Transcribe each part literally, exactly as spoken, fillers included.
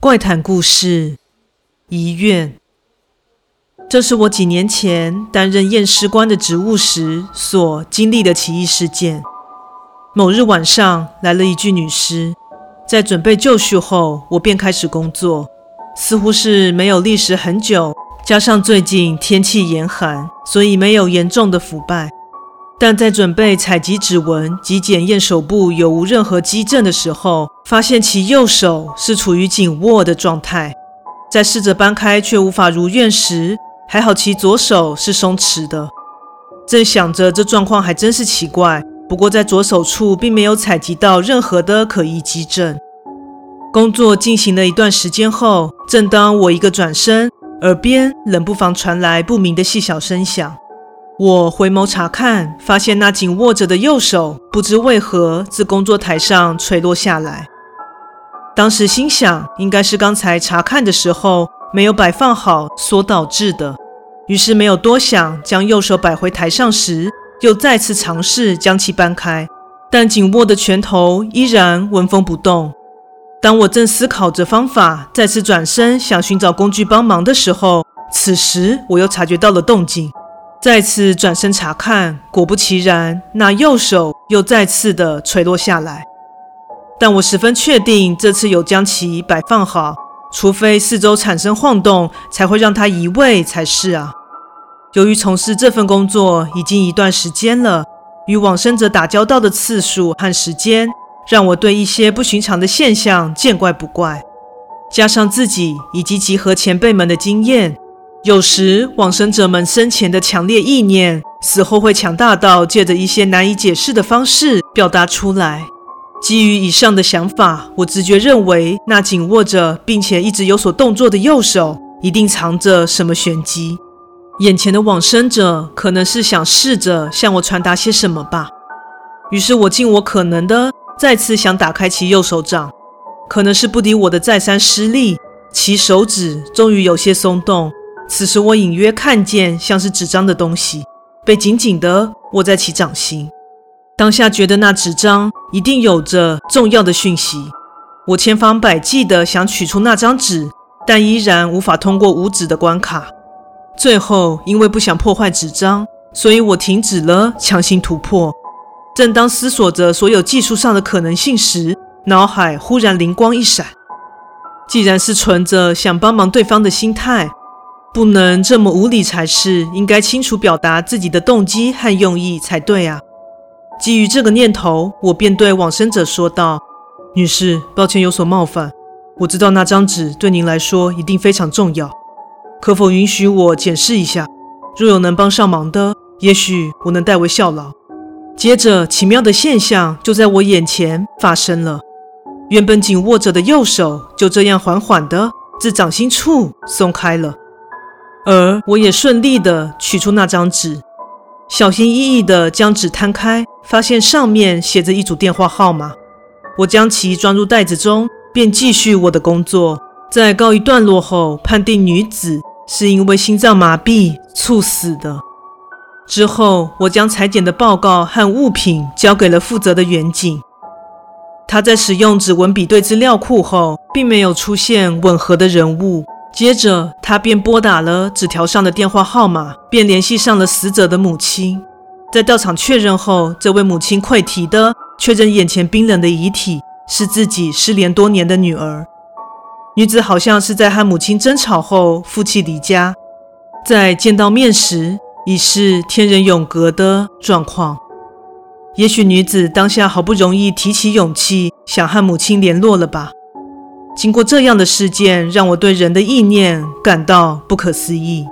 怪谈故事遗愿。这是我几年前担任验尸官的职务时所经历的奇异事件。某日晚上来了一具女尸，在准备就绪后，我便开始工作，似乎是没有历时很久，加上最近天气严寒，所以没有严重的腐败。但在准备采集指纹及检验手部有无任何肌症的时候，发现其右手是处于紧握的状态，在试着搬开却无法如愿时，还好其左手是松弛的。正想着这状况还真是奇怪，不过在左手处并没有采集到任何的可疑肌症。工作进行了一段时间后，正当我一个转身，耳边冷不防传来不明的细小声响。我回眸查看，发现那紧握着的右手不知为何自工作台上垂落下来。当时心想，应该是刚才查看的时候没有摆放好所导致的，于是没有多想，将右手摆回台上时，又再次尝试将其搬开，但紧握的拳头依然纹风不动。当我正思考着方法，再次转身想寻找工具帮忙的时候，此时我又察觉到了动静。再次转身查看，果不其然，那右手又再次的垂落下来。但我十分确定这次有将其摆放好，除非四周产生晃动才会让它移位才是啊。由于从事这份工作已经一段时间了，与往生者打交道的次数和时间让我对一些不寻常的现象见怪不怪，加上自己以及集合前辈们的经验，有时往生者们生前的强烈意念，死后会强大到借着一些难以解释的方式表达出来。基于以上的想法，我直觉认为那紧握着并且一直有所动作的右手一定藏着什么玄机。眼前的往生者可能是想试着向我传达些什么吧。于是我尽我可能的再次想打开其右手掌，可能是不敌我的再三施力，其手指终于有些松动。此时我隐约看见像是纸张的东西被紧紧地握在其掌心，当下觉得那纸张一定有着重要的讯息。我千方百计地想取出那张纸，但依然无法通过无纸的关卡。最后因为不想破坏纸张，所以我停止了强行突破。正当思索着所有技术上的可能性时，脑海忽然灵光一闪，既然是存着想帮忙对方的心态，不能这么无理才是，应该清楚表达自己的动机和用意才对啊。基于这个念头，我便对往生者说道：女士，抱歉有所冒犯，我知道那张纸对您来说一定非常重要，可否允许我检视一下？若有能帮上忙的，也许我能代为效劳。接着奇妙的现象就在我眼前发生了，原本紧握着的右手就这样缓缓地自掌心处松开了，而我也顺利地取出那张纸，小心翼翼地将纸摊开，发现上面写着一组电话号码。我将其装入袋子中，便继续我的工作。在告一段落后，判定女子是因为心脏麻痹猝死的。之后我将裁剪的报告和物品交给了负责的员警，他在使用指纹比对资料库后，并没有出现吻合的人物。接着他便拨打了纸条上的电话号码，便联系上了死者的母亲。在到场确认后，这位母亲溃堤的确认眼前冰冷的遗体是自己失联多年的女儿。女子好像是在和母亲争吵后负气离家，在见到面时已是天人永隔的状况。也许女子当下好不容易提起勇气想和母亲联络了吧。经过这样的事件，让我对人的意念感到不可思议。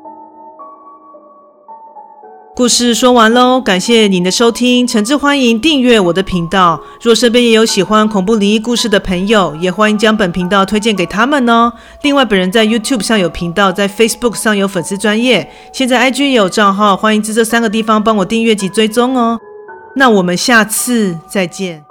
故事说完喽，感谢您的收听，诚挚欢迎订阅我的频道。若身边也有喜欢恐怖灵异故事的朋友，也欢迎将本频道推荐给他们哦。另外，本人在 YouTube 上有频道，在 Facebook 上有粉丝专页，现在 I G 也有账号，欢迎至这三个地方帮我订阅及追踪哦。那我们下次再见。